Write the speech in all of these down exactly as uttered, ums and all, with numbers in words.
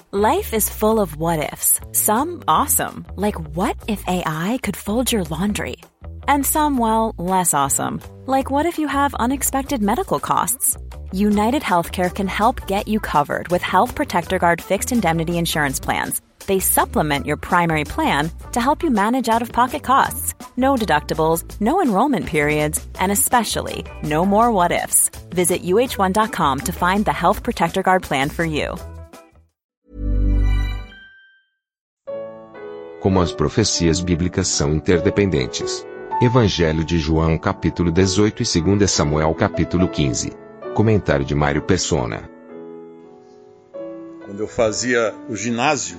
Life is full of what-ifs. Some awesome, like what if A I could fold your laundry? And some, well, less awesome, like what if you have unexpected medical costs? United Healthcare can help get you covered with Health Protector Guard fixed indemnity insurance plans. They supplement your primary plan to help you manage out-of-pocket costs. No deductibles, no enrollment periods, and especially no more what-ifs. Visit U H one dot com to find the Health Protector Guard plan for you. Como as profecias bíblicas são interdependentes. Evangelho de João capítulo dezoito e dois Samuel capítulo quinze. Comentário de Mário Persona. Quando eu fazia o ginásio,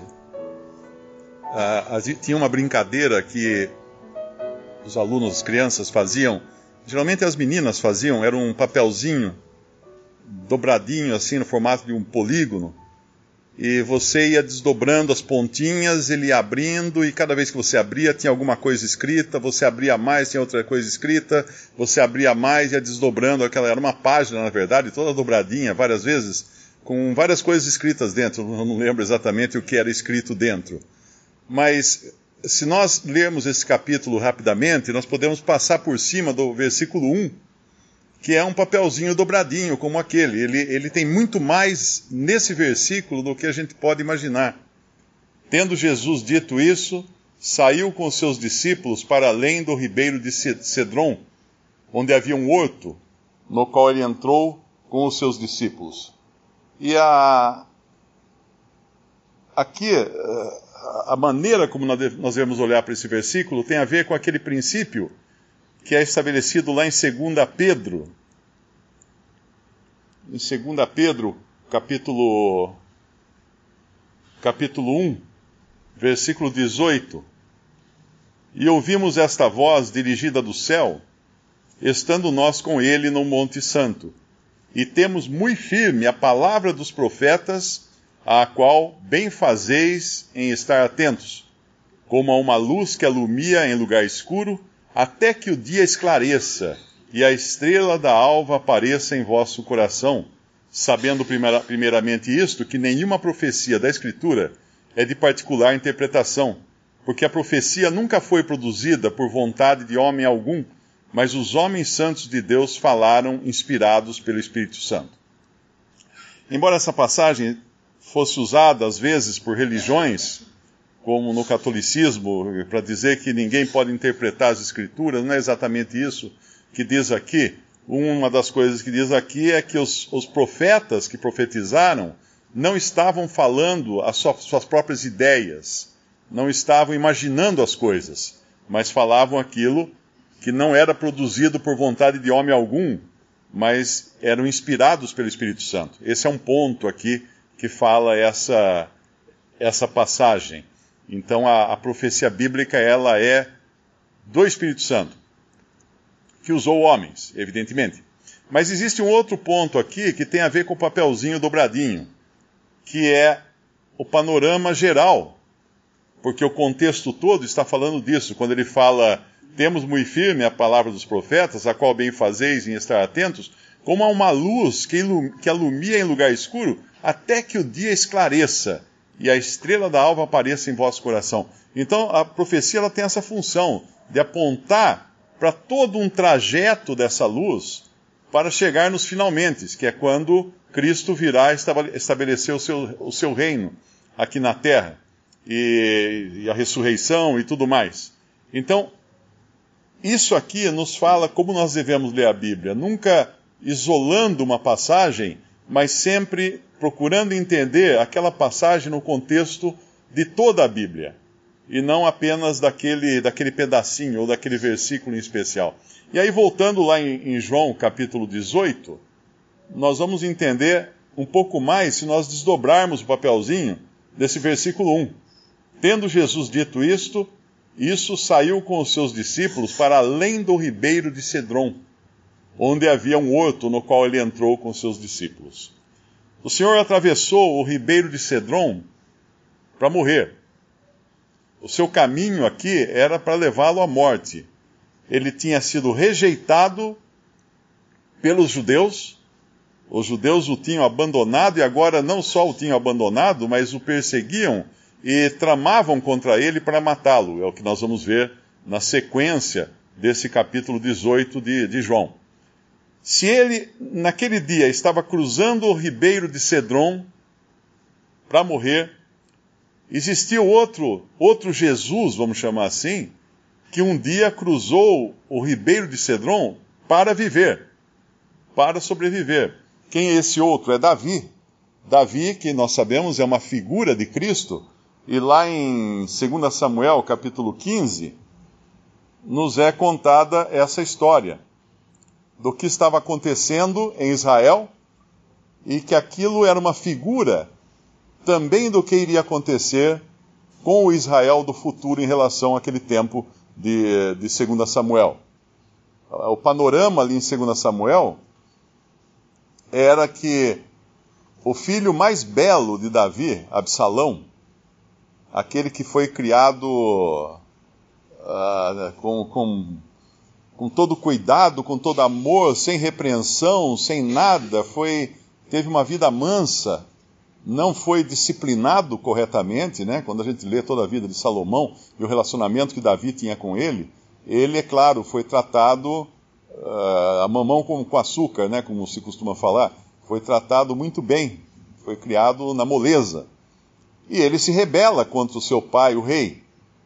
uh, tinha uma brincadeira que os alunos, as crianças faziam, geralmente as meninas faziam, era um papelzinho dobradinho assim no formato de um polígono, e você ia desdobrando as pontinhas, ele ia abrindo, e cada vez que você abria tinha alguma coisa escrita, você abria mais, tinha outra coisa escrita, você abria mais, ia desdobrando, aquela era uma página, na verdade, toda dobradinha, várias vezes, com várias coisas escritas dentro. Eu não lembro exatamente o que era escrito dentro. Mas, se nós lermos esse capítulo rapidamente, nós podemos passar por cima do versículo um, que é um papelzinho dobradinho, como aquele. Ele, ele tem muito mais nesse versículo do que a gente pode imaginar. Tendo Jesus dito isso, saiu com os seus discípulos para além do ribeiro de Cedron, onde havia um horto, no qual ele entrou com os seus discípulos. E a, aqui, a maneira como nós devemos olhar para esse versículo tem a ver com aquele princípio que é estabelecido lá em dois Pedro, em dois Pedro, capítulo, capítulo um, versículo dezoito. E ouvimos esta voz dirigida do céu, estando nós com ele no Monte Santo, e temos muito firme a palavra dos profetas, à qual bem fazeis em estar atentos, como a uma luz que alumia em lugar escuro, até que o dia esclareça e a estrela da alva apareça em vosso coração, sabendo primeira, primeiramente isto, que nenhuma profecia da Escritura é de particular interpretação, porque a profecia nunca foi produzida por vontade de homem algum, mas os homens santos de Deus falaram inspirados pelo Espírito Santo. Embora essa passagem fosse usada às vezes por religiões, como no catolicismo, para dizer que ninguém pode interpretar as Escrituras, não é exatamente isso que diz aqui. Uma das coisas que diz aqui é que os, os profetas que profetizaram não estavam falando as suas, suas próprias ideias, não estavam imaginando as coisas, mas falavam aquilo que não era produzido por vontade de homem algum, mas eram inspirados pelo Espírito Santo. Esse é um ponto aqui que fala essa, essa passagem. Então a, a profecia bíblica, ela é do Espírito Santo, que usou homens, evidentemente. Mas existe um outro ponto aqui que tem a ver com o papelzinho dobradinho, que é o panorama geral, porque o contexto todo está falando disso. Quando ele fala, temos muito firme a palavra dos profetas, a qual bem fazeis em estar atentos, como há uma luz que, ilum, que alumia em lugar escuro, até que o dia esclareça e a estrela da alva apareça em vosso coração. Então, a profecia ela tem essa função de apontar para todo um trajeto dessa luz para chegar nos finalmente, que é quando Cristo virá estabelecer o seu, o seu reino aqui na terra, e, e a ressurreição e tudo mais. Então, isso aqui nos fala como nós devemos ler a Bíblia, nunca isolando uma passagem, mas sempre procurando entender aquela passagem no contexto de toda a Bíblia, e não apenas daquele, daquele pedacinho ou daquele versículo em especial. E aí, voltando lá em, em João capítulo dezoito, nós vamos entender um pouco mais se nós desdobrarmos o papelzinho desse versículo um. Tendo Jesus dito isto, isso saiu com os seus discípulos para além do ribeiro de Cedron, onde havia um horto no qual ele entrou com os seus discípulos. O Senhor atravessou o ribeiro de Cedron para morrer. O seu caminho aqui era para levá-lo à morte. Ele tinha sido rejeitado pelos judeus, Os judeus o tinham abandonado, e agora não só o tinham abandonado, mas o perseguiam e tramavam contra ele para matá-lo. É o que nós vamos ver na sequência desse capítulo dezoito de, de João. Se ele, naquele dia, estava cruzando o ribeiro de Cedron para morrer, existiu outro, outro Jesus, vamos chamar assim, que um dia cruzou o ribeiro de Cedron para viver, para sobreviver. Quem é esse outro? É Davi. Davi, que nós sabemos é uma figura de Cristo, e lá em dois Samuel, capítulo quinze, nos é contada essa história do que estava acontecendo em Israel, e que aquilo era uma figura também do que iria acontecer com o Israel do futuro em relação àquele tempo de, de dois Samuel. O panorama ali em dois Samuel era que o filho mais belo de Davi, Absalão, aquele que foi criado uh, com, com, com todo cuidado, com todo amor, sem repreensão, sem nada, foi, teve uma vida mansa, não foi disciplinado corretamente, né? Quando a gente lê toda a vida de Salomão e o relacionamento que Davi tinha com ele, ele, é claro, foi tratado uh, a mamão com, com açúcar, né? Como se costuma falar, foi tratado muito bem, foi criado na moleza. E ele se rebela contra o seu pai, o rei.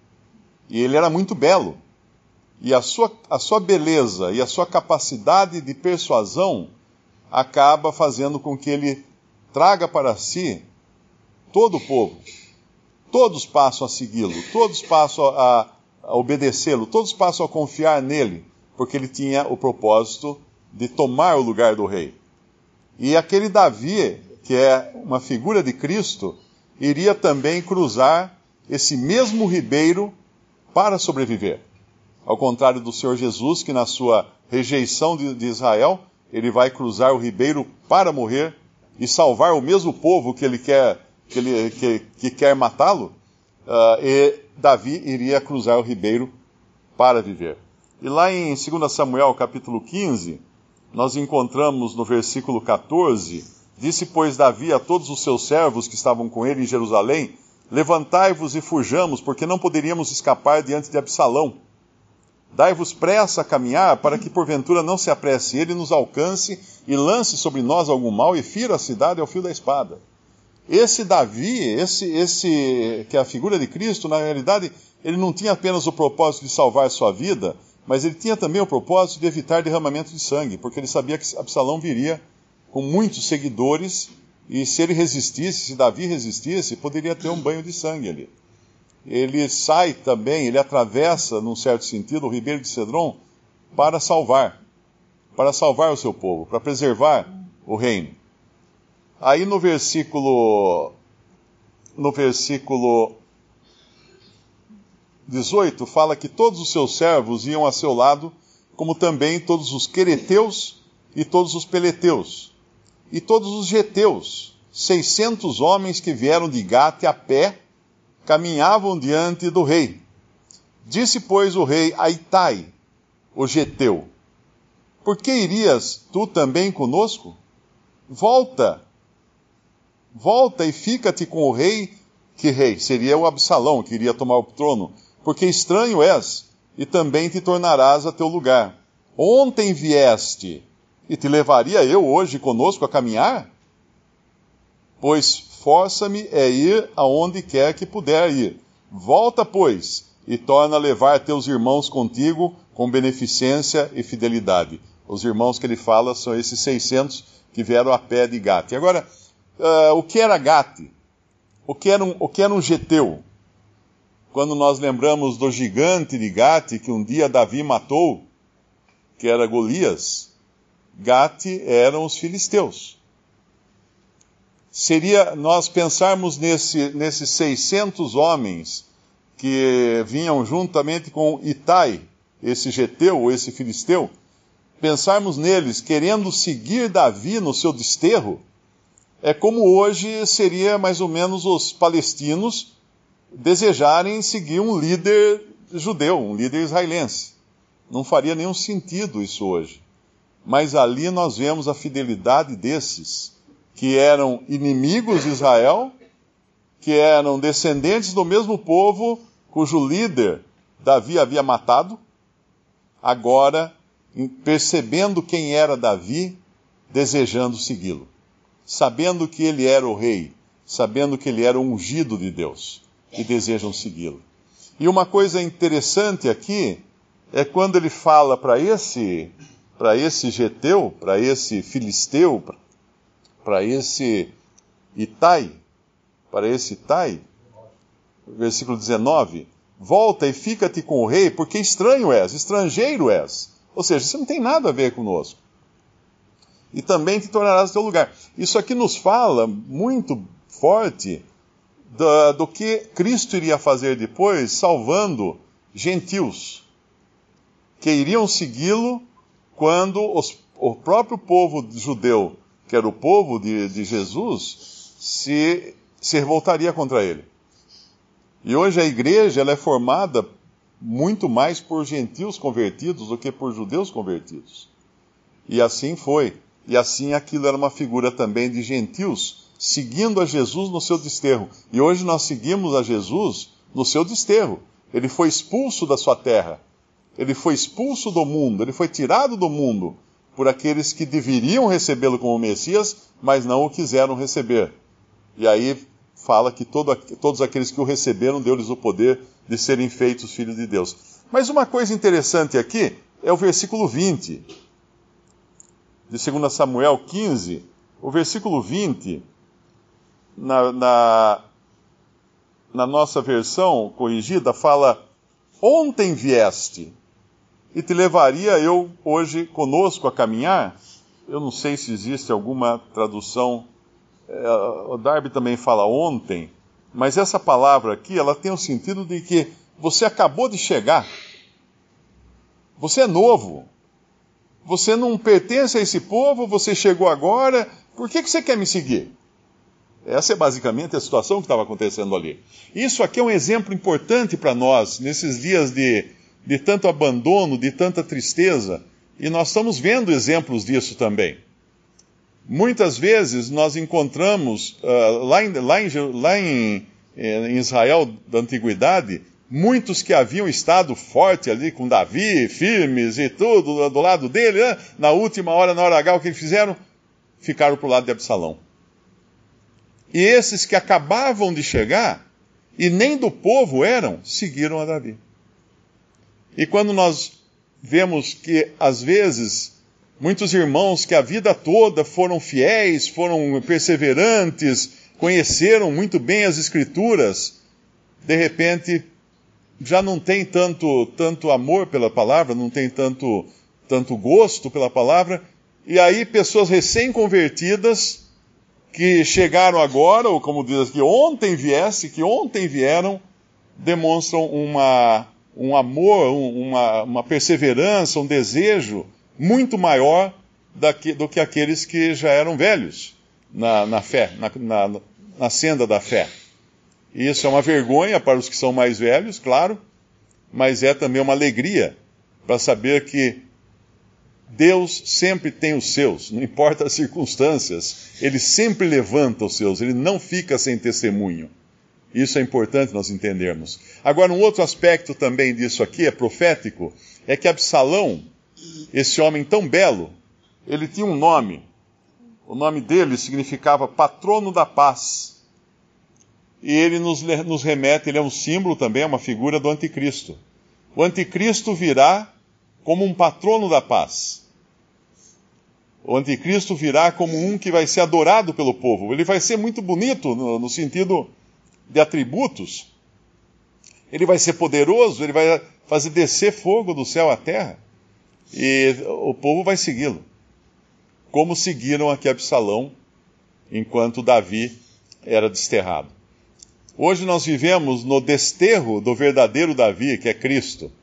E ele era muito belo. E a sua, a sua beleza e a sua capacidade de persuasão acaba fazendo com que ele traga para si todo o povo. Todos passam a segui-lo, todos passam a, a obedecê-lo, todos passam a confiar nele, porque ele tinha o propósito de tomar o lugar do rei. E aquele Davi, que é uma figura de Cristo, iria também cruzar esse mesmo ribeiro para sobreviver. Ao contrário do Senhor Jesus, que na sua rejeição de, de Israel, ele vai cruzar o ribeiro para morrer e salvar o mesmo povo que ele quer, que ele, que, que quer matá-lo, uh, e Davi iria cruzar o ribeiro para viver. E lá em dois Samuel, capítulo quinze, nós encontramos no versículo catorze, disse, pois, Davi a todos os seus servos que estavam com ele em Jerusalém, levantai-vos e fujamos, porque não poderíamos escapar diante de Absalão. Dai-vos pressa a caminhar, para que porventura não se apresse ele, nos alcance e lance sobre nós algum mal e fira a cidade ao fio da espada. Esse Davi, esse, esse que é a figura de Cristo, na realidade, ele não tinha apenas o propósito de salvar sua vida, mas ele tinha também o propósito de evitar derramamento de sangue, porque ele sabia que Absalão viria com muitos seguidores, e se ele resistisse, se Davi resistisse, poderia ter um banho de sangue ali. Ele sai também, ele atravessa, num certo sentido, o ribeiro de Cedron para salvar, para salvar o seu povo, para preservar o reino. Aí no versículo, no versículo dezoito, fala que todos os seus servos iam a seu lado, como também todos os quereteus e todos os peleteus, e todos os geteus, seiscentos homens que vieram de Gate a pé, caminhavam diante do rei. Disse, pois, o rei a Itai, o geteu, por que irias tu também conosco? Volta, volta e fica-te com o rei, que rei? Seria o Absalão, que iria tomar o trono, porque estranho és, e também te tornarás a teu lugar. Ontem vieste, e te levaria eu hoje conosco a caminhar? Pois força-me é ir aonde quer que puder ir. Volta, pois, e torna a levar teus irmãos contigo com beneficência e fidelidade. Os irmãos que ele fala são esses seiscentos que vieram a pé de Gate. Agora, uh, o que era Gate? O que era um, o que era um geteu? Quando nós lembramos do gigante de Gate, que um dia Davi matou, que era Golias, Gate eram os filisteus. Seria nós pensarmos nesse, nesses seiscentos homens que vinham juntamente com Itai, esse geteu, ou esse filisteu, pensarmos neles querendo seguir Davi no seu desterro, é como hoje seria mais ou menos os palestinos desejarem seguir um líder judeu, um líder israelense. Não faria nenhum sentido isso hoje. mas ali nós vemos a fidelidade desses, que eram inimigos de Israel, que eram descendentes do mesmo povo cujo líder Davi havia matado, agora, percebendo quem era Davi, desejando segui-lo, sabendo que ele era o rei, sabendo que ele era o ungido de Deus, e desejam segui-lo. E uma coisa interessante aqui é quando ele fala para esse, para esse geteu, para esse filisteu, para esse Itai, para esse Itai, versículo dezenove, volta e fica-te com o rei, porque estranho és, estrangeiro és. Ou seja, isso não tem nada a ver conosco. E também te tornarás teu lugar. Isso aqui nos fala muito forte do, do que Cristo iria fazer depois, salvando gentios, que iriam segui-lo quando os, o próprio povo judeu, que era o povo de, de Jesus, se, se revoltaria contra ele. E hoje a igreja ela é formada muito mais por gentios convertidos do que por judeus convertidos. E assim foi. E assim aquilo era uma figura também de gentios seguindo a Jesus no seu desterro. E hoje nós seguimos a Jesus no seu desterro. Ele foi expulso da sua terra. Ele foi expulso do mundo. Ele foi tirado do mundo por aqueles que deveriam recebê-lo como Messias, mas não o quiseram receber. E aí fala que todo, todos aqueles que o receberam, deu-lhes o poder de serem feitos filhos de Deus. Mas uma coisa interessante aqui é o versículo vinte, de dois Samuel quinze. O versículo vinte, na, na, na nossa versão corrigida, fala: ontem vieste, e te levaria eu hoje conosco a caminhar. Eu não sei se existe alguma tradução. O Darby também fala ontem, mas essa palavra aqui, ela tem o sentido de que você acabou de chegar, você é novo, você não pertence a esse povo, você chegou agora, por que, que você quer me seguir? Essa é basicamente a situação que estava acontecendo ali. Isso aqui é um exemplo importante para nós, nesses dias de, de tanto abandono, de tanta tristeza, e nós estamos vendo exemplos disso também. Muitas vezes nós encontramos, uh, lá, em, lá, em, lá em, em Israel da Antiguidade, muitos que haviam estado forte ali com Davi, firmes e tudo, do lado dele, né? Na última hora, na hora H, o que eles fizeram? Ficaram para o lado de Absalão. E esses que acabavam de chegar, e nem do povo eram, seguiram a Davi. E quando nós vemos que, às vezes, muitos irmãos que a vida toda foram fiéis, foram perseverantes, conheceram muito bem as Escrituras, de repente já não tem tanto, tanto amor pela palavra, não tem tanto, tanto gosto pela palavra, e aí pessoas recém-convertidas que chegaram agora, ou como diz aqui, ontem viesse, que ontem vieram, demonstram uma, um amor, uma, uma perseverança, um desejo muito maior daqui, do que aqueles que já eram velhos na, na fé, na, na, na senda da fé. E isso é uma vergonha para os que são mais velhos, claro, mas é também uma alegria para saber que Deus sempre tem os seus, não importa as circunstâncias, Ele sempre levanta os seus, Ele não fica sem testemunho. Isso é importante nós entendermos. Agora, um outro aspecto também disso aqui, é profético, é que Absalão, esse homem tão belo, ele tinha um nome. O nome dele significava patrono da paz. E ele nos, nos remete, ele é um símbolo também, é uma figura do anticristo. O anticristo virá como um patrono da paz. O anticristo virá como um que vai ser adorado pelo povo. Ele vai ser muito bonito no, no sentido de atributos. Ele vai ser poderoso, ele vai fazer descer fogo do céu à terra. E o povo vai segui-lo. Como seguiram aqui Absalão, enquanto Davi era desterrado. Hoje nós vivemos no desterro do verdadeiro Davi, que é Cristo.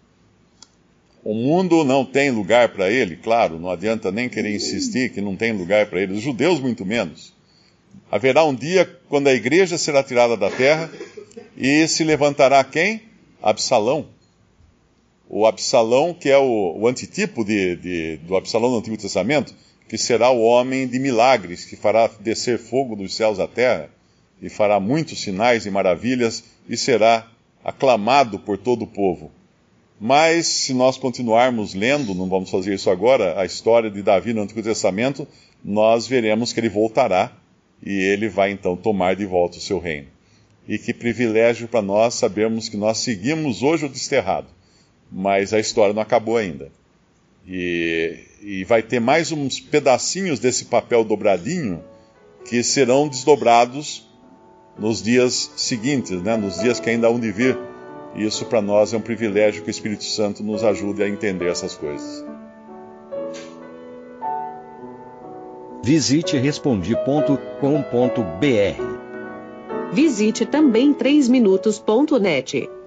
O mundo não tem lugar para ele, claro, não adianta nem querer insistir que não tem lugar para ele, os judeus muito menos. Haverá um dia quando a igreja será tirada da terra e se levantará quem? Absalão. o Absalão, que é o, o antitipo de, de, do Absalão do Antigo Testamento, que será o homem de milagres, que fará descer fogo dos céus à terra, e fará muitos sinais e maravilhas, e será aclamado por todo o povo. Mas, se nós continuarmos lendo, não vamos fazer isso agora, a história de Davi no Antigo Testamento, nós veremos que ele voltará, e ele vai então tomar de volta o seu reino. E que privilégio para nós sabermos que nós seguimos hoje o desterrado, mas a história não acabou ainda. E, e vai ter mais uns pedacinhos desse papel dobradinho que serão desdobrados nos dias seguintes, né? Nos dias que ainda hão de vir. E isso para nós é um privilégio que o Espírito Santo nos ajude a entender essas coisas. Visite respondi ponto com ponto br. Visite também três minutos ponto net.